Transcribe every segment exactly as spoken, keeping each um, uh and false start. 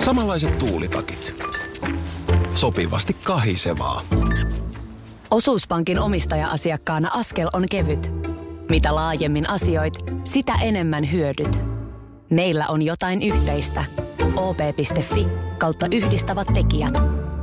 Samanlaiset tuulitakit. Sopivasti kahisevaa. Osuuspankin omistaja-asiakkaana askel on kevyt. Mitä laajemmin asioit, sitä enemmän hyödyt. Meillä on jotain yhteistä. o p piste f i kautta yhdistävät tekijät.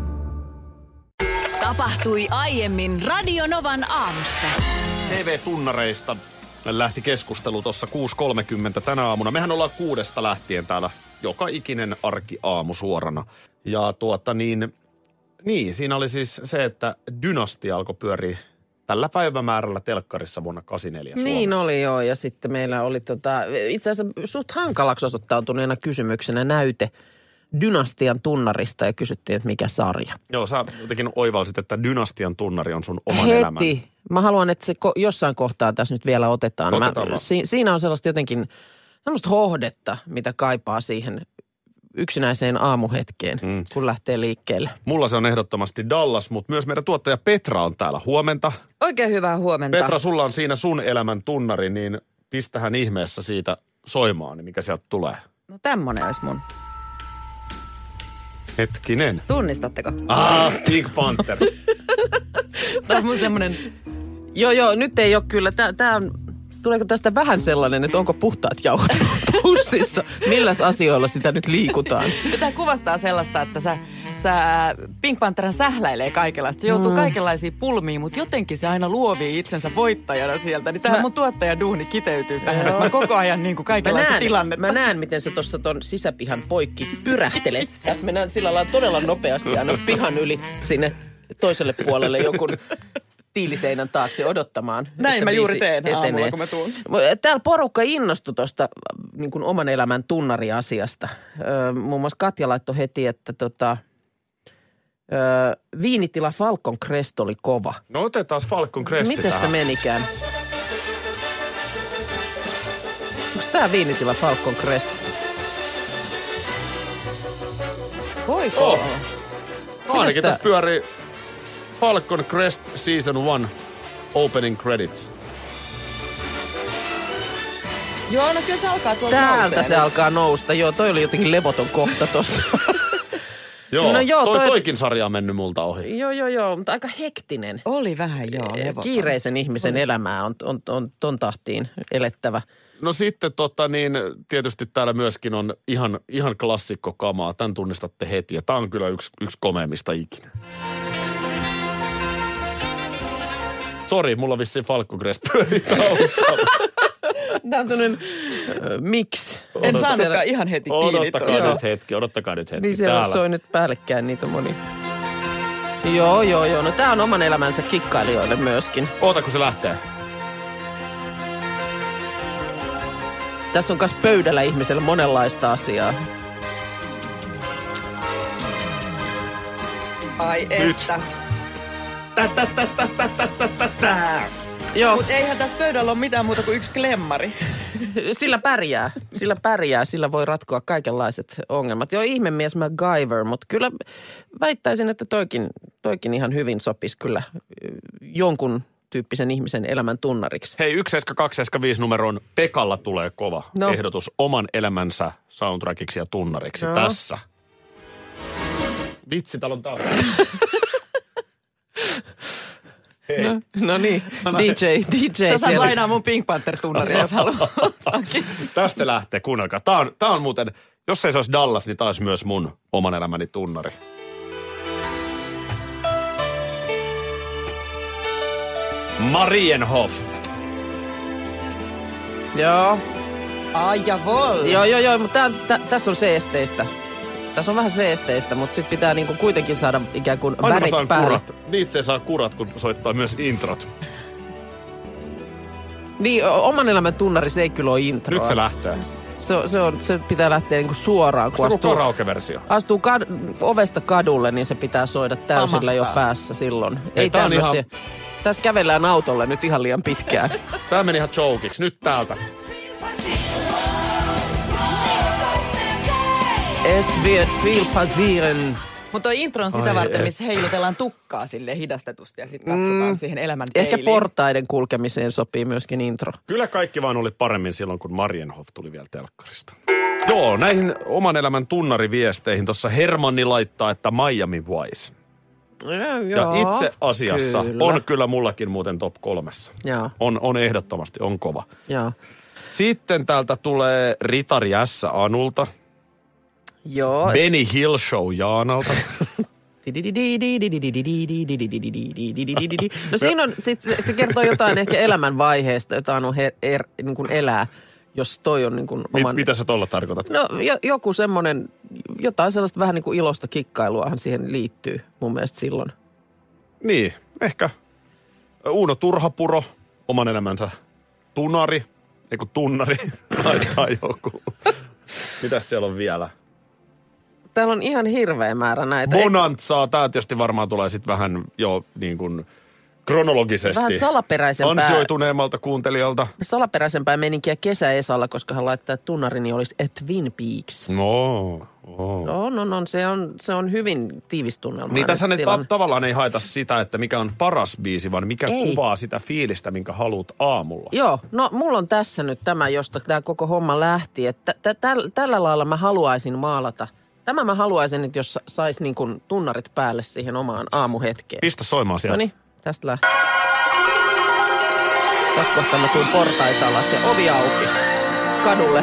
Tapahtui aiemmin Radio Novan aamussa. T V-tunnareista lähti keskustelu tuossa kuusi kolmekymmentä tänä aamuna. Mehän ollaan kuudesta lähtien täällä joka ikinen arkiaamu suorana. Ja tuota niin, niin, siinä oli siis se, että Dynastia alkoi pyöriä tällä päivämäärällä telkkarissa vuonna kahdeksankymmentäneljä Suomessa. Niin oli joo, ja sitten meillä oli tota, itse asiassa suht hankalaksi osoittautuneena kysymyksenä näyte Dynastian tunnarista ja kysyttiin, että mikä sarja. Joo, sä jotenkin oivalsit, että Dynastian tunnari on sun oman Heti. elämän. Heti. Mä haluan, että se ko- jossain kohtaa tässä nyt vielä otetaan. otetaan Mä, si- siinä on sellaista jotenkin, sellaista hohdetta, mitä kaipaa siihen yksinäiseen aamuhetkeen, mm. kun lähtee liikkeelle. Mulla se on ehdottomasti Dallas, mutta myös meidän tuottaja Petra on täällä. Huomenta. Oikein hyvää huomenta. Petra, sulla on siinä sun elämän tunnari, niin pistähän ihmeessä siitä soimaan, niin mikä sieltä tulee. No tämmönen olisi mun. Hetkinen. Tunnistatteko? Ah, Pink Panther. Tämä on mun semmonen... Joo, joo, nyt ei ole kyllä. Tää, tää on, tuleeko tästä vähän sellainen, että onko puhtaat jauhot pussissa? Milläs asioilla sitä nyt liikutaan? Tämä kuvastaa sellaista, että sä, sä Pink Pantheran sähläilee kaikenlaista. Se joutuu mm. kaikenlaisiin pulmiin, mutta jotenkin se aina luovii itsensä voittajana sieltä. Niin tähän mä... mun tuottajaduuni kiteytyy tähän, joo. Että mä koko ajan niin kuin kaikenlaista mä näen, tilannetta. Mä näen, miten sä tuossa ton sisäpihan poikki pyrähtelet. Tästä mennään sillä lailla todella nopeasti aina pihan yli sinne toiselle puolelle jonkun tiiliseinän taakse odottamaan. Näin mä juuri teen aamulla, kun mä tuun. Täällä porukka innostui tuosta niin kuin oman elämän tunnariasiasta. Öö, muun muassa Katja laittoi heti, että tota, öö, viinitila Falcon Crest oli kova. No otetaan Falcon Cresti Miten tähän. se menikään? Onko tää viinitila Falcon Crest? Voiko? Oh. Ainakin tää- tässä pyörii Falcon Crest Season one Opening Credits. Joo, no kyllä se alkaa tuolta Täältä nousee se nyt. alkaa nousta. Joo, toi oli jotenkin levoton kohta tossa. Joo, No joo, toi, toi- toikin sarja on mennyt multa ohi. joo, joo, joo, mutta aika hektinen. Oli vähän, joo, levoton. Kiireisen ihmisen Oli. elämää on, on, on ton tahtiin elettävä. No sitten tota niin, tietysti täällä myöskin on ihan, ihan klassikko kamaa. Tän tunnistatte heti ja tää on kyllä yksi, yksi komeimmista ikinä. Sori, mulla vissiin Falcon Crest pyörii taustalla. Tämä on tämmöinen äh, miksi. En saanutkaan ihan heti kiinni Odottakaa tuossa. nyt hetki, odottakaa nyt hetki. Niin siellä Täällä. soi nyt päällekkäin niitä moni. Joo, joo, joo. No tää on oman elämänsä kikkailijoille myöskin. Oota, kun se lähtee. Tässä on kas pöydällä ihmisellä monenlaista asiaa. Ai että. Joo, Mutta eihän tässä pöydällä ole mitään muuta kuin yksi klemmari. sillä pärjää. Sillä pärjää. Sillä voi ratkoa kaikenlaiset ongelmat. Joo, ihmemies MacGyver, mutta kyllä väittäisin, että toikin, toikin ihan hyvin sopisi kyllä jonkun tyyppisen ihmisen elämän tunnariksi. Hei, yksi seitsemän kaksi seitsemän viisi numeron Pekalla tulee kova No. ehdotus oman elämänsä soundtrackiksi ja tunnariksi No. tässä. Vitsi, täällä on taas. Hei. No, no niin, D J, D J Sä saat siellä. lainaa mun Pink Panther-tunnaria, jos haluaa. Tästä lähtee, kuunnelkaa. Tää on, tää on muuten, jos ei se olisi Dallas, niin tää olisi myös mun oman elämäni tunnari. Marienhof. Joo, Ai ja voi. joo, joo, joo, mutta tää, tä, tässä on seesteistä. Tässä on vähän seesteistä, mutta sitten pitää niinku kuitenkin saada ikään kuin Aina mä värit saan päälle. kurat. Niitä saa kurat, kun soittaa myös introt. Niin, o- oman elämän tunnari, se ei kyllä ole introa. Nyt se lähtee. Se, se, on, se pitää lähteä niinku suoraan, kun Onko astuu, karaoke-versio? astuu kad, ovesta kadulle, niin se pitää soida täysillä jo Pamahtaa. päässä silloin. Ei, Ei tää on tämmöisiä. ihan- Tässä kävellään autolla nyt ihan liian pitkään. Tää meni ihan jokiksi. Nyt täältä. Es wird viel passieren. Mutta toi intro on sitä Ai varten, et. missä heilutellaan tukkaa sille hidastetusti ja sitten katsotaan mm. siihen elämän Ehkä peiliin. portaiden kulkemiseen sopii myöskin intro. Kyllä kaikki vaan oli paremmin silloin, kun Marienhof tuli vielä telkkarista. Joo, näihin oman elämän tunnariviesteihin tuossa Hermanni laittaa, että Miami Vice. Ja, Ja joo, itse asiassa kyllä. on kyllä mullakin muuten top kolmessa. Joo, On, on ehdottomasti, on kova. joo. Sitten täältä tulee Ritari S. Anulta, Joo. Benny Hill Show Jaanalta. No siinä on, sit se, se kertoo jotain ehkä elämänvaiheesta, jota on her, er, niin kuin elää, jos toi on niin kuin oman... Mit, mitä sä tolla tarkoitat? No jo, joku semmoinen, jotain sellaista vähän niin kuin ilosta kikkailuahan siihen liittyy mun mielestä silloin. Niin, ehkä Uuno Turhapuro, oman elämänsä tunari, eiku tunnari, laittaa joku. Mitäs siellä on vielä? Täällä on ihan hirveä määrä näitä. Bonanzaa, tää tietysti varmaan tulee sitten vähän jo niin kuin kronologisesti. Vähän salaperäisempää. Ansioituneemmalta kuuntelijalta. Salaperäisempää meininkiä Kesä-Esalla, koska hän laittaa, että tunnarini olisi Twin Peaks. No, oh. No, no, no, se on, se on hyvin tiivistunnelma. Niin tässä nyt ta- tavallaan ei haeta sitä, että mikä on paras biisi, vaan mikä Ei. kuvaa sitä fiilistä, minkä haluat aamulla. Joo, no mulla on tässä nyt tämä, josta tämä koko homma lähti, että t- t- tällä lailla mä haluaisin maalata. Tämä mä haluaisin, että jos sais niin kuin tunnarit päälle siihen omaan aamuhetkeen. Pistä soimaan siellä. No niin, tästä lähtee. Tästä kohtaa mä tuun portaita alas ja ovi auki kadulle.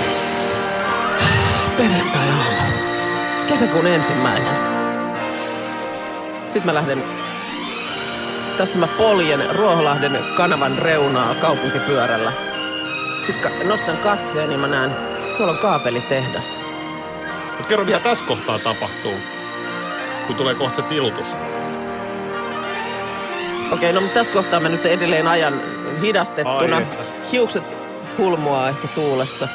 Perjantai-aamu. Kesäkuun ensimmäinen. Sitten mä lähden, tässä mä poljen Ruoholahden kanavan reunaa kaupunkipyörällä. Sitten ka- nostan katseen ja mä näen, tuolla on kaapelitehdas. Mutta kerro, mitä tässä kohtaa tapahtuu, kun tulee kohta se tiltus. Okei, no mutta tässä kohtaa mä nyt edelleen ajan hidastettuna. Ai. Hiukset hulmuaa ehkä tuulessa.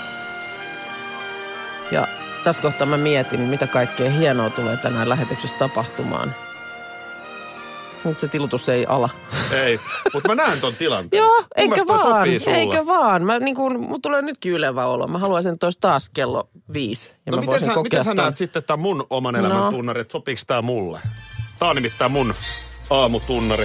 Ja tässä kohtaa mä mietin, mitä kaikkea hienoa tulee tänään lähetyksessä tapahtumaan. Mutta se tilutus ei ala. Ei, mutta mä näen ton tilanteen. Joo, Mun eikö mielestä toi vaan, sopii sulle. eikö vaan. Mä niin kuin, mut tulee nytkin ylevä olo. Mä haluaisin, että olisi taas kello viisi. Ja No mä miten voisin sä, kokea miten sä ton. näet sitten tämän mun oman elämän No. tunnari, että sopiiko tää mulle? Tää on nimittäin mun aamutunnari.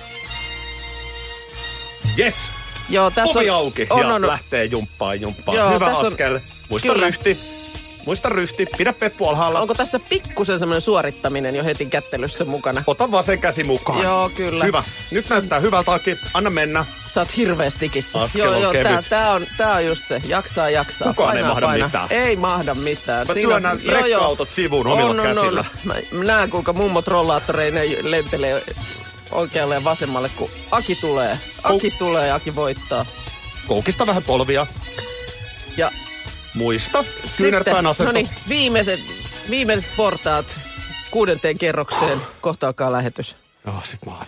Yes! Joo, tässä Ovi on, auki on, ja on, lähtee jumppaan jumppaan. Joo, Hyvä tässä on- askel. Muista kyllä. ryhti. Muista ryhti. Pidä peppu alhaalla. Onko tässä pikkusen semmoinen suorittaminen jo heti kättelyssä mukana? Ota vasen käsi mukaan. Joo, kyllä. Hyvä. Nyt näyttää hyvältä, Aki. Anna mennä. Sä oot hirveästi tikissä. Askel joo, on joo, kevyt. tää, tää, on, tää on just se. Jaksaa, jaksaa. Kukaan ei Painaa, mahda painaa. mitään. Ei mahda mitään. Mä Siinä on- työnnän joo, joo. rekka-autot sivuun omilla on, on, käsillä. on. Mä, mä näen, kuinka mummot rollaattoreina lentelee oikealle ja vasemmalle, kun Aki tulee. Aki tulee ja Aki voittaa. Koukista vähän polvia. Ja Muista. Kyynärpään no asento. niin, viimeiset, viimeiset portaat kuudenteen kerrokseen. Kohta alkaa lähetys. Joo, sit mä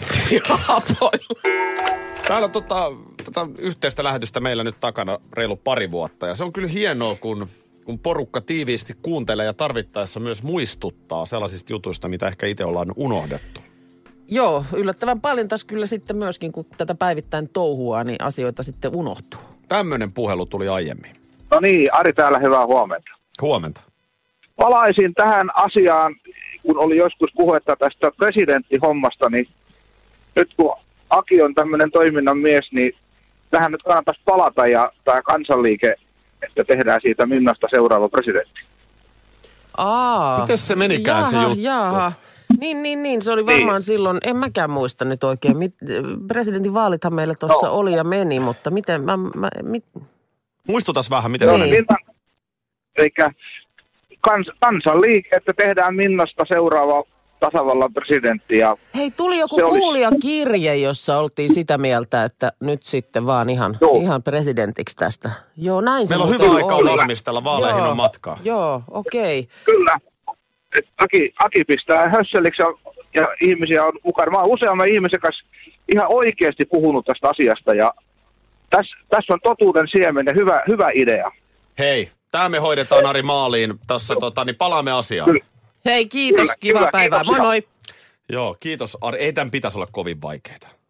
Täällä tota, tätä yhteistä lähetystä meillä nyt takana reilu pari vuotta. Ja se on kyllä hienoa, kun, kun porukka tiiviisti kuuntelee ja tarvittaessa myös muistuttaa sellaisista jutuista, mitä ehkä itse ollaan unohdettu. Joo, yllättävän paljon tässä kyllä sitten myöskin, kun tätä päivittäin touhua, niin asioita sitten unohtuu. Tämmöinen puhelu tuli aiemmin. No niin, Ari täällä, hyvää huomenta. Huomenta. Palaisin tähän asiaan, kun oli joskus puhetta tästä presidenttihommasta, niin nyt kun Aki on tämmöinen toiminnan mies, niin tähän nyt kannattaisi palata ja tämä kansanliike, että tehdään siitä Minnasta seuraava presidentti. Aa. Miten se menikään se jaha, juttu? Jaha. Niin, niin, niin. Se oli varmaan Niin. silloin, en mäkään muista nyt oikein. Mit, presidentin vaalithan meillä tuossa No. oli ja meni, mutta miten, mä, mä, mit, Muistutas vähän, miten Niin. se meni. Minna, eikä kans, kansanliike, että tehdään Minnasta seuraava tasavallan presidentti. Ja Hei, tuli joku Se olisi- kuulijakirje, jossa oltiin sitä mieltä, että nyt sitten vaan ihan, Joo. ihan presidentiksi tästä. Joo, näin se Meillä on muuten hyvä aika oli. valmistella, vaaleihin Joo. on matkaa. Joo, okei. Okay. kyllä, että Aki, Aki pistää hösseliksi ja, ja ihmisiä on mukana. Mä oon useamman ihmisen kanssa ihan oikeasti puhunut tästä asiasta ja tässä täs on totuuden siemen ja hyvä, hyvä idea. Hei, tää me hoidetaan Ari maaliin. Tässä tota, niin palaamme asiaan. Kyllä. Hei, kiitos, Kyllä, kivaa kyllä, päivää. Moi kiitoksia. moi. Joo, kiitos Ari. Ei tämän pitäisi olla kovin vaikeaa.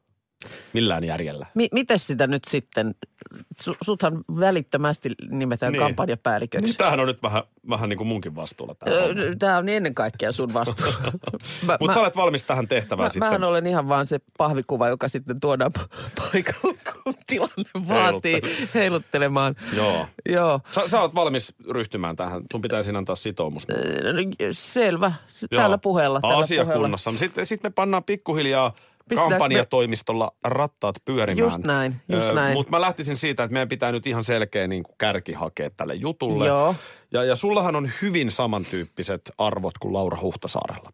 millään järjellä. Mi- mites sitä nyt sitten, Su- suthan välittömästi nimetään Niin. kampanjapäälliköksi. Tämähän on nyt vähän, vähän niin kuin munkin vastuulla. Öö, Tämä on ennen kaikkea sun vastuulla. Mutta sä olet valmis tähän tehtävään mä, sitten. Mähän olen ihan vaan se pahvikuva, joka sitten tuodaan paikalle, kun tilanne vaatii heiluttelemaan. Joo. Joo. Sä, sä olet valmis ryhtymään tähän. Sun pitäisi antaa sitoumus. Selvä. Tällä puheella. Tällä Asiakunnassa. Puheella. Sitten sit me pannaan pikkuhiljaa kampanjatoimistolla rattaat pyörimään. Just näin, just näin. Mutta mä lähtisin siitä, että meidän pitää nyt ihan selkeä niin kuin kärki hakea tälle jutulle. Joo. Ja, ja sullahan on hyvin samantyyppiset arvot kuin Laura Huhtasaarella.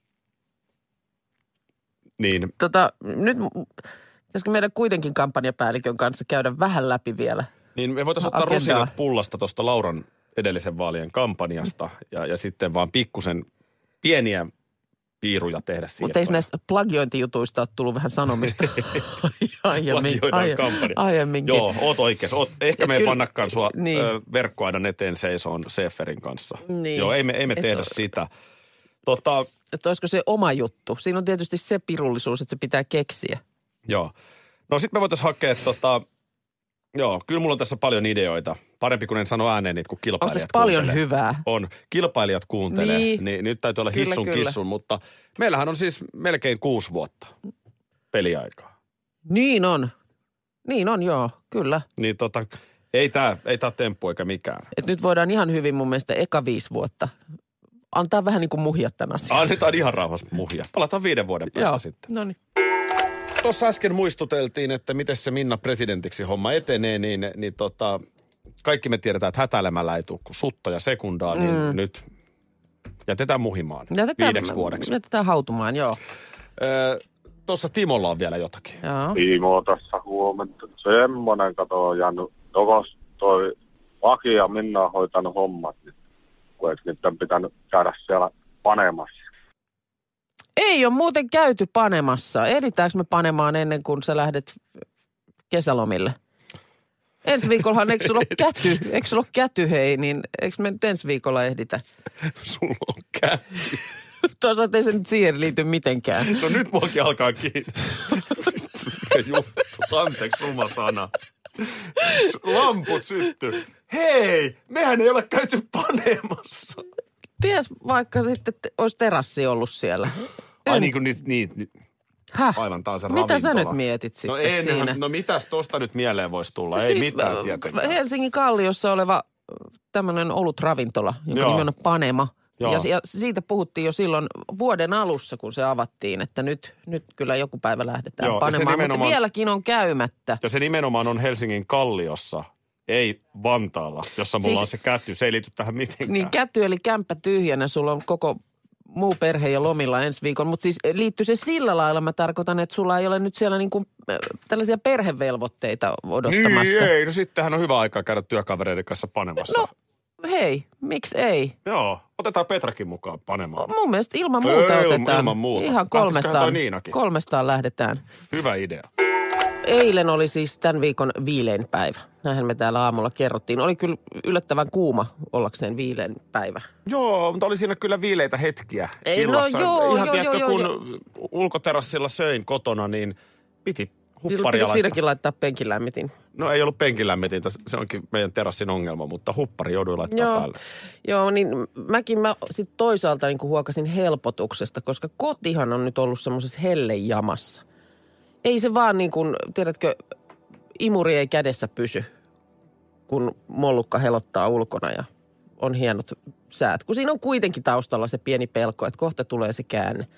Niin. Tota, nyt pitäisikö meidän kuitenkin kampanjapäällikön kanssa käydä vähän läpi vielä? Niin me voitaisiin ottaa Agendaa. rusinat pullasta tuosta Lauran edellisen vaalien kampanjasta ja, ja sitten vaan pikkusen pieniä piiruja tehdä sieltä. Mutta eikö näistä plagiointijutuista ole tullut vähän sanomista aiemmin? Plagioidaan kampanja. Aiemminkin. Joo, oot oikeassa. Oot, ehkä Et me ei kyllä- pannakaan sua niin. ö, verkkoaidan eteen seisoon Seeferin kanssa. Niin. Joo, ei me, ei me Et tehdä o- sitä. Tota, Että olisiko se oma juttu? Siinä on tietysti se pirullisuus, että se pitää keksiä. joo. No sit me voitaisiin hakea tota, joo, kyllä mulla on tässä paljon ideoita. Parempi kuin en sano ääneen niitä, kun Onko kilpailijat tässä paljon kuuntelee. hyvää? On. Kilpailijat kuuntelee, niin, Niin. niin nyt täytyy olla Kyllä, hissun kyllä. kissun, mutta meillähän on siis melkein kuusi vuotta peliaikaa. Niin on. Niin on, joo, kyllä. Niin tota, ei tää, ei tää temppu eikä mikään. Et nyt voidaan ihan hyvin mun mielestä eka viisi vuotta antaa vähän niin kuin muhia tämän asian. Annetaan ihan rauhassa muhia. Palataan viiden vuoden päästä Joo, sitten. no niin. Tuossa äsken muistuteltiin, että miten se Minna presidentiksi homma etenee, niin, niin tota, kaikki me tiedetään, että hätäilemällä ei tule kuin sutta ja sekundaa, niin Mm. nyt jätetään muhimaan Jätetään, viideksi vuodeksi. Jätetään hautumaan, joo. Öö, Tuossa Timolla on vielä jotakin. joo. Timo tässä huomenta. Semmonen kato on jäänyt, jokos toi Aki ja Minna on hoitanut hommat, niin kun eikö niiden pitänyt käydä siellä panemassa. Ei ole muuten käyty panemassa. Ehditäänkö me panemaan ennen kuin sä lähdet kesälomille? Ensi viikollahan, eikö sulla ole käty? Eikö sulla ole käty, hei? Niin eikö me nyt ensi viikolla ehditä? Sulla on käy. Toisaalta ei se nyt siihen liity mitenkään. No nyt muakin alkaa kiinni. Mikä juttu, anteeksi ruma sana. Lamput sytty. Hei, mehän ei ole käyty panemassa. Ties vaikka sitten te, olisi terassi ollut siellä. Ai En- niin kuin nyt, niin, nyt. Häh? Aivan taas se Mitä ravintola. sä nyt mietit sitten No ei, siinä? no mitäs tosta nyt mieleen voisi tulla? Ei mitään äh, tietenkään. Helsingin Kalliossa oleva tämmöinen olutravintola, jonka Joo. nimi on Panema. Joo. Ja, ja siitä puhuttiin jo silloin vuoden alussa, kun se avattiin, että nyt, nyt kyllä joku päivä lähdetään Joo, ja se panemaan. nimenomaan- Mutta vieläkin on käymättä. Ja se nimenomaan on Helsingin Kalliossa, ei Vantaalla, jossa mulla Siis- on se käty. Se ei liity tähän mitenkään. Niin käty eli kämppä tyhjänä, sulla on koko muu perhe jo lomilla ensi viikon. Mutta siis liittyy se sillä lailla, mä tarkoitan, että sulla ei ole nyt siellä niinku, äh, tällaisia perhevelvoitteita odottamassa. Niin ei, no sittenhän on hyvä aikaa käydä työkavereiden kanssa panemassa. No, hei, miksi ei? Joo, otetaan Petrakin mukaan panemaan. Mun mielestä ilman muuta Ilman- otetaan. ilman muuta. Ihan Lähtisiköhän toi kolmestaan, Niinakin? kolmestaan lähdetään. Hyvä idea. Eilen oli siis tämän viikon viilein päivä. Näinhän me täällä aamulla kerrottiin. Oli kyllä yllättävän kuuma ollakseen viilein päivä. Joo, mutta oli siinä kyllä viileitä hetkiä Ei, no illassa. joo, Ihan joo, tiedätkö, joo, kun joo. ulkoterassilla söin kotona, niin piti hupparia Pitikö laittaa. siinäkin laittaa penkin lämmitin? No ei ollut penkin lämmitintä, se onkin meidän terassin ongelma, mutta huppari jouduin laittaa Joo. päälle. Joo, niin mäkin mä sit toisaalta niin huokasin helpotuksesta, koska kotihan on nyt ollut semmoisessa hellejamassa. Ei se vaan niin kuin, tiedätkö, imuri ei kädessä pysy, kun mollukka helottaa ulkona ja on hienot säät. Kun siinä on kuitenkin taustalla se pieni pelko, että kohta tulee se käänne.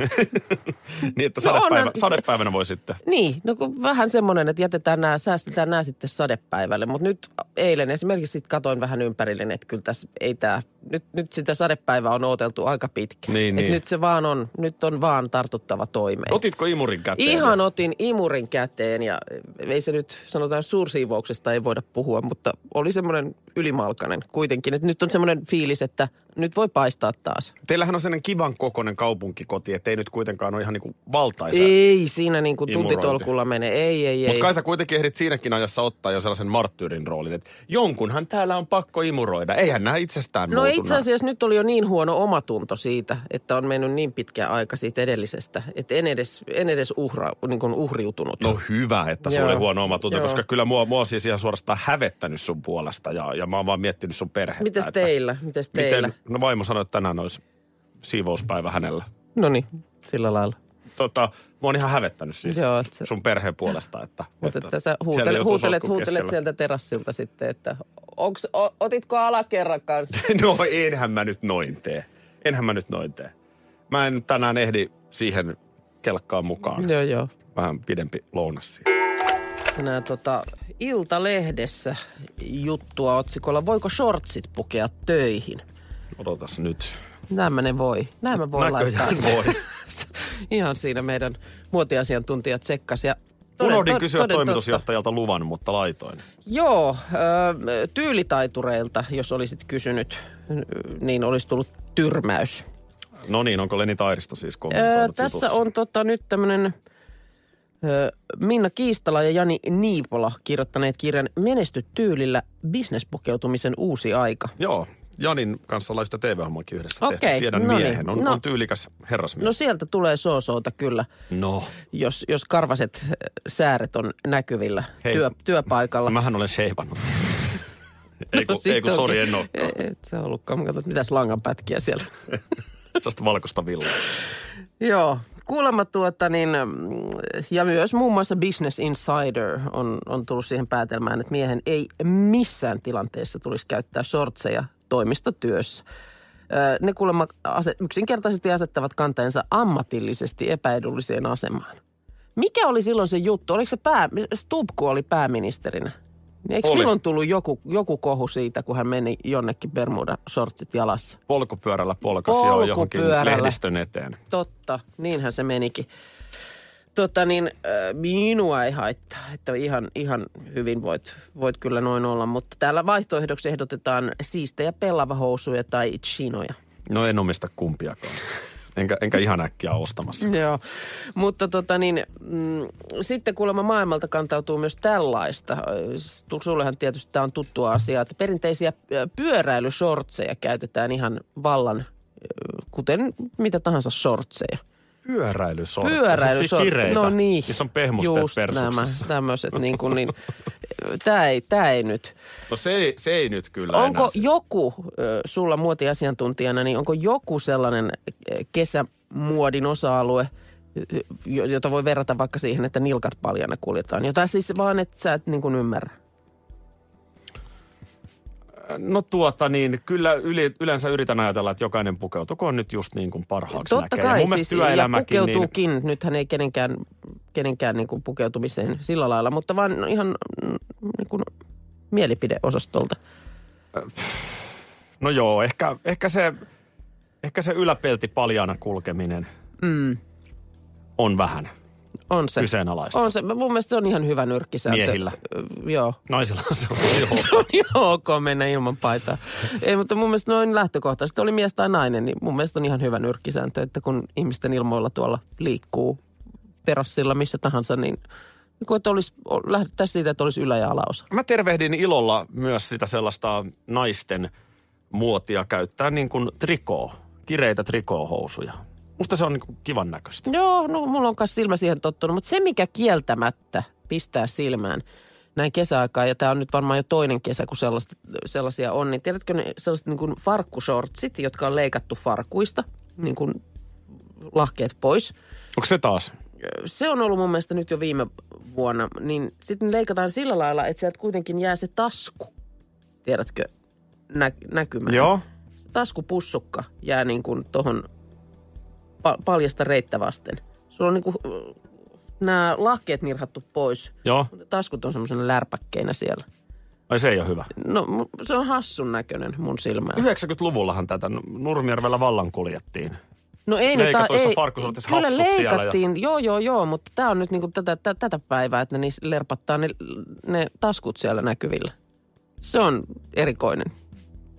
Niin, että No sadepäivä, onhan- sadepäivänä voi sitten. Niin, no kun vähän semmoinen, että jätetään nämä, säästetään nämä sitten sadepäivälle. Mutta nyt eilen esimerkiksi sitten katoin vähän ympärille, että kyllä tässä ei tämä, nyt, nyt sitä sadepäivää on odoteltu aika pitkään. Niin, Et niin. nyt se vaan on, nyt on vaan tartuttava toimeen. Otitko imurin käteen? Ihan otin imurin käteen ja ei se nyt, sanotaan suursiivouksesta ei voida puhua, mutta oli semmoinen ylimalkainen kuitenkin. Että nyt on semmoinen fiilis, että Nyt voi paistaa taas. Teillähän on sellainen kivan kokoinen kaupunkikoti, ettei nyt kuitenkaan ole ihan niin kuin valtaisa. Ei siinä niin kuin imurointi. tuntitolkulla mene. Ei, ei, ei. Mutta kai sä kuitenkin ehdit siinäkin ajassa ottaa jo sellaisen marttyyrin roolin, että jonkunhan täällä on pakko imuroida. Eihän nämä itsestään No muutuna. itse asiassa nyt oli jo niin huono omatunto siitä, että on mennyt niin pitkä aika siitä edellisestä, että en edes, en edes uhra, niin kuin uhriutunut. No hyvä, että sulla Joo. oli huono omatunto, Joo. koska kyllä mua, mua on siis ihan suorastaan hävettänyt sun puolesta ja, ja mä oon vaan miettinyt sun perhettä. Mites että teillä? Mites teillä? Miten, no vaimo sanoi, että tänään olisi siivouspäivä hänellä. No niin, sillä lailla. Tota, mä oon ihan hävettänyt siis Joo, että se- sun perheen puolesta. Että, Mutta että sä siellä huutelet, joutuu huutelet, sotkun huutelet keskellä. sieltä terassilta sitten, että onks, o, otitko alakerran kanssa? No enhän mä nyt noin tee. Enhän mä nyt noin tee. Mä en tänään ehdi siihen kelkkaan mukaan. Joo, joo. Vähän pidempi lounas siihen. Nää tota, Iltalehdessä juttua otsikolla, voiko shortsit pukea töihin? Odotas nyt. Nämä ne voi. Nämä voi laittaa. Näköjään voi. Ihan siinä meidän muotiasiantuntijat tsekkas. Ja Unohdin toden- kysyä toden totta. toimitusjohtajalta luvan, mutta laitoin. Joo, ö, tyylitaitureilta, jos olisit kysynyt, niin olisi tullut tyrmäys. No niin, onko Leni Tairisto siis Ö, kommentoinut tässä jutussa? on tota, nyt tämmöinen Minna Kiistala ja Jani Niipola kirjoittaneet kirjan Menesty tyylillä, bisnespukeutumisen uusi aika. Joo, Janin kanssa ollaan sitä T V-hommankin yhdessä Okei, tehty. Tiedän no niin, miehen. On, no. on tyylikäs herrasmies. No sieltä tulee soosoota kyllä, No, jos, jos karvaset äh, sääret on näkyvillä Hei. työ, työpaikalla. mähän olen sheivannut. ei kun, sitten ei kun sori, onkin- en ole. Ei, et se ollutkaan. Mä katsoin, mitäs langanpätkiä siellä. Sellaista valkoista villaa. Joo, kuulemma tuota niin, mm, ja myös muun muassa Business Insider on, on tullut siihen päätelmään, että miehen ei missään tilanteessa tulisi käyttää shortseja toimistotyössä. Ö, Ne kuulemma ase- yksinkertaisesti asettavat kanteensa ammatillisesti epäedulliseen asemaan. Mikä oli silloin se juttu? Oliko se pää, Stubb, kun oli pääministerinä? Niin eikö Oli. silloin tullut joku, joku kohu siitä, kun hän meni jonnekin Bermuda-shortsit jalassa? Polkupyörällä polkasi jo johonkin Polkupyörällä. lehdistön eteen. Totta, niinhän se menikin. Tota niin, äh, minua ei haittaa, että ihan, ihan hyvin voit, voit kyllä noin olla. Mutta täällä vaihtoehdoksi ehdotetaan siistejä pellavahousuja tai chinoja. No en omista kumpiakaan. Enkä, enkä ihan äkkiä ostamassa. Joo, mutta tota niin, mm, sitten kuulemma maailmalta kantautuu myös tällaista. Äh, Sullehan tietysti tämä on tuttua asiaa, että perinteisiä äh, pyöräilyshortseja käytetään ihan vallan, äh, kuten mitä tahansa shortseja. Pyöräilysortsi. Pyöräilysortsi. Siis kireitä. No niin. Missä on pehmusteet Just nämä persuksessa. tämmöiset niin kuin niin. Tämä ei, tää ei nyt. No se ei, se ei nyt kyllä Onko enää. sit. joku, ö, sulla muotiasiantuntijana, niin onko joku sellainen ö, kesämuodin osa-alue, ö, jo- jota voi verrata vaikka siihen, että nilkat paljana kuljetaan? Jota siis vaan, että sä et niin kuin ymmärrä. No tuota niin, kyllä yli, yleensä yritän ajatella, että jokainen pukeutukoon nyt just niin kuin parhaaksi Totta näkee. Ja kai, mun mielestä siis, ja työelämäkin, pukeutuukin. niin Nythän ei kenenkään, kenenkään niin kuin pukeutumiseen sillä lailla, mutta vaan ihan mm, niin kuin mielipideosastolta. no joo, ehkä, ehkä, se, ehkä se yläpelti paljaana kulkeminen Mm, on vähän on se. kyseenalaista. On se. Mun mielestä se on ihan hyvä nyrkkisääntö. Miehillä. Ö, Joo. Naisilla se on joo. Se on ihan ok mennä ilman paitaa. Ei, mutta mun mielestä noin lähtökohtaisesti, oli mies tai nainen, niin mun mielestä on ihan hyvä nyrkkisääntö, että kun ihmisten ilmoilla tuolla liikkuu terassilla missä tahansa, niin niin että olisi, lähdettäisiin siitä, että olisi ylä- ja alaosa. Mä tervehdin ilolla myös sitä sellaista naisten muotia käyttää niin kuin trikoo, kireitä trikoohousuja. Musta se on niin kuin kivan näköistä. Joo, no mulla on myös silmä siihen tottunut, mutta se mikä kieltämättä pistää silmään näin kesäaikaan, ja tämä on nyt varmaan jo toinen kesä, kun sellaista, sellaisia on, niin tiedätkö ne sellaiset niin kuin farkkushortsit, jotka on leikattu farkuista, niin kuin lahkeet pois. Onko se taas? Se on ollut mun mielestä nyt jo viime vuonna, niin sitten leikataan sillä lailla, että sieltä kuitenkin jää se tasku, tiedätkö, nä- näkymään. Joo. Se taskupussukka jää niin kuin tohon pa- paljasta reittä vasten. Sulla on niin kuin nämä lahkeet nirhattu pois. Joo. Taskut on semmoisena lärpäkkeinä siellä. Ai se ei ole hyvä. No mu- se on hassun näköinen mun silmään. yhdeksänkymmentäluvullahan tätä Nurmijärvellä vallan kuljettiin. No ei ne Leikatuissa ei, farkkusortissa kyllä hapsut siellä ja- leikattiin, joo joo joo, mutta tämä on nyt niinku tätä, tätä, tätä päivää, että ne niissä lerpattaa ne, ne taskut siellä näkyvillä. Se on erikoinen.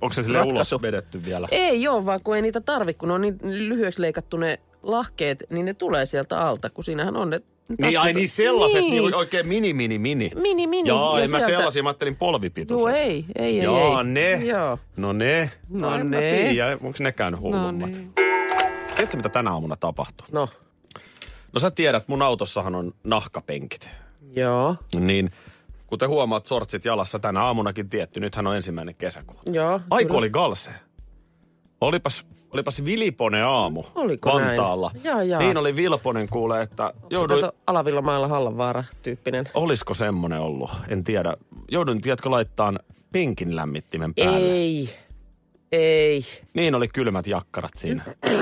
onko se silleen ratkaisu. ulos vedetty vielä? Ei ole, vaan kun ei niitä tarvitse, kun on niin lyhyeksi leikattu ne lahkeet, niin ne tulee sieltä alta, kun siinähän on ne... Niin, ai niin sellaiset, niin. niin oikein mini, mini, mini. Mini, mini. Jaa, ja en sieltä... mä sellaisia, mä ajattelin polvipituiset. Joo, ei, ei, ei. Jaa, ei. ne. Joo. No ne. No, no en ne. mä tiedä, onko nekään hullummat. No niin. Tiedätkö, mitä tänä aamuna tapahtui? No. No sä tiedät, mun autossahan on nahkapenkit. Joo. Niin, kuten huomaat, sortsit jalassa tänä aamunakin tietty. Nythän on ensimmäinen kesäkuuta. Joo. Aiku kyllä. oli galsea. Olipas, olipas vilponen aamu Oliko Vantaalla. näin? Jaa, jaa. Niin oli vilponen kuule, että jouduin... Kato Alavillamaalla Hallanvaara-tyyppinen. Olisiko semmonen ollut? En tiedä. Jouduin, tiedätkö, laittaan penkin lämmittimen päälle. Ei. Ei. Niin oli kylmät jakkarat siinä.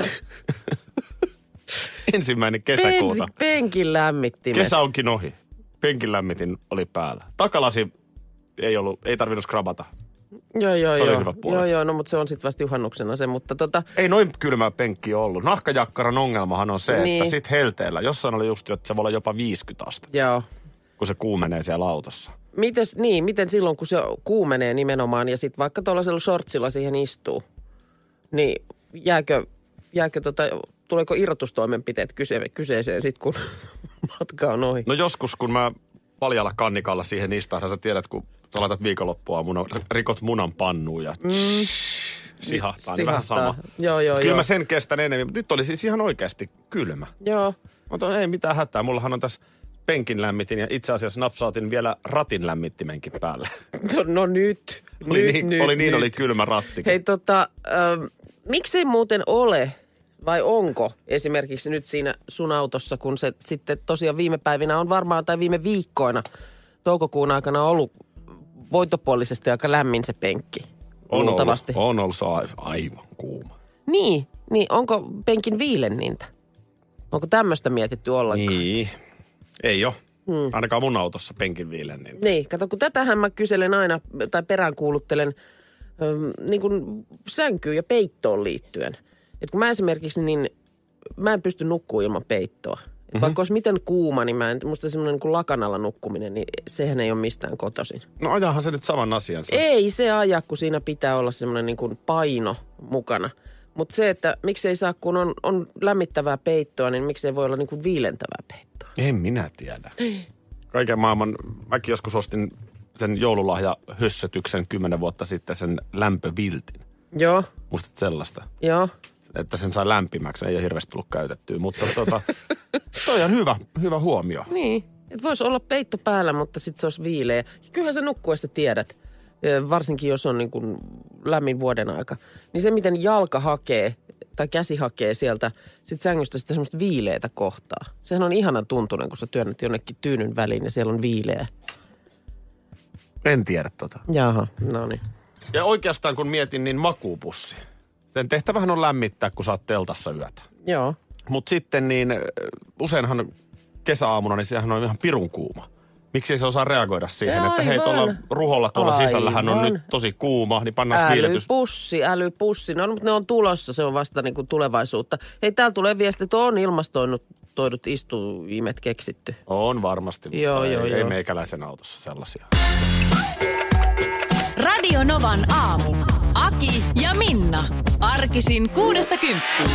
Ensimmäinen kesäkuuta. Pen, penkin lämmittimet. Kesä onkin ohi. Penkin lämmitin oli päällä. Takalasi ei ollut, ei tarvinnut skrabata. Joo, joo, se oli joo. hyvä puoli. Joo, joo, no mutta se on sitten vasta juhannuksena se, mutta tota... Ei noin kylmää penkkiä ollut. Nahkajakkaran ongelmahan on se, niin. että sit helteellä, jossain oli just, että se voi olla jopa viisikymmentä astetta. Joo. Kun se kuumenee siellä autossa. Mites, niin, miten silloin, kun se kuumenee nimenomaan ja sitten vaikka tuollaisella shortsilla siihen istuu, niin jääkö, jääkö tota, tuleeko irrotustoimenpiteet kyse, kyseeseen sitten, kun matka on ohi? No joskus, kun mä paljalla kannikalla siihen istahdan, sä tiedät, kun sä laitat viikonloppua munan, rikot munan pannuun ja mm. sihahtaa, niin vähän sama. Joo, joo, Kyllä joo. mä sen kestän enemmän, mutta nyt oli siis ihan oikeasti kylmä. Joo. Mutta ei mitään hätää, mullahan on tässä penkin lämmitin ja itse asiassa napsautin vielä ratin lämmittimenkin päälle. No, no nyt, oli nyt, niin, nyt, oli niin nyt. oli kylmä ratti. Hei tota, ähm, miksei muuten ole, vai onko esimerkiksi nyt siinä sun autossa, kun se sitten tosiaan viime päivinä on varmaan, tai viime viikkoina, toukokuun aikana ollut voitopuolisesti aika lämmin se penkki. On luultavasti. ollut, on ollut se aivan kuuma. Niin, niin onko penkin viilennintä? Onko tämmöistä mietitty ollenkaan? Niin, ei ole. Hmm. Ainakaan mun autossa penkin viilennintä. Niin, kato, kun tätähän mä kyselen aina, tai peräänkuuluttelen ähm, niin kuin sänkyyn ja peittoon liittyen. Että kun mä esimerkiksi, niin mä en pysty nukkumaan ilman peittoa. Mm-hmm. Vaikka olisi miten kuuma, niin mä en, musta semmoinen niin kuin lakanalla nukkuminen, niin sehän ei ole mistään kotoisin. No ajahan se nyt saman asian. Ei se aja, kun siinä pitää olla semmoinen niin kuin paino mukana. Mutta se, että miksei saa, kun on, on lämmittävää peittoa, niin miksei voi olla niin kuin viilentävää peittoa. En minä tiedä. Kaiken maailman, mäkin joskus ostin sen joululahjahössötyksen kymmenen vuotta sitten, sen lämpöviltin. Joo. Muistat sellaista? Joo. Että sen sai lämpimäksi, ei ole hirveästi tullut käytettyä, mutta tota, toi on hyvä, hyvä huomio. Niin, että voisi olla peitto päällä, mutta sitten se olisi viileä. Ja kyllähän sä nukkuessa tiedät, varsinkin jos on niin kuin lämmin vuoden aika, niin se miten jalka hakee tai käsi hakee sieltä sit sängystä sitä semmoista viileätä kohtaa. Sehän on ihanan tuntunen, kun sä työnnät jonnekin tyynyn väliin ja siellä on viileä. En tiedä tota. Jaha, no niin. Ja oikeastaan kun mietin, niin makuupussi. Sen tehtävähän on lämmittää, kun sä oot teltassa yötä. Joo. Mutta sitten niin useinhan kesäaamuna, niin sehän on ihan pirun kuuma. Miksi ei se osaa reagoida siihen, Aivan. että hei tuolla ruholla tuolla Aivan. sisällähän on nyt tosi kuuma, niin pannaan viiletys. Älypussi, älypussi. No, mutta ne on tulossa, se on vasta niin kuin tulevaisuutta. Hei, täällä tulee viesti, että on ilmastoinut toidut istuimet keksitty. On varmasti, mutta Joo, ei, joo, ei joo. meikäläisen autossa sellaisia. Radio Novan aamu. Aki ja Minna. Arkisin kuudesta kymppiin.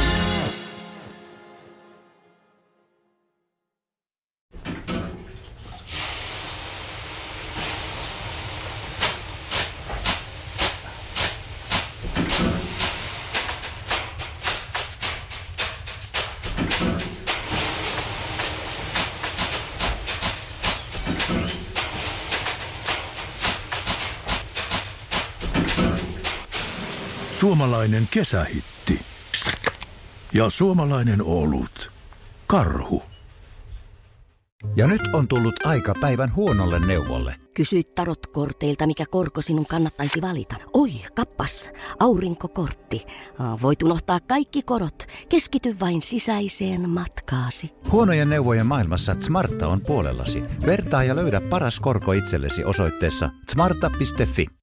Suomalainen kesähitti. Ja suomalainen olut. Karhu. Ja nyt on tullut aika päivän huonolle neuvolle. Kysy tarotkorteilta, mikä korko sinun kannattaisi valita. Oi, kappas, aurinkokortti. Voit unohtaa kaikki korot. Keskity vain sisäiseen matkaasi. Huonojen neuvojen maailmassa Smarta on puolellasi. Vertaa ja löydä paras korko itsellesi osoitteessa smarta piste fi.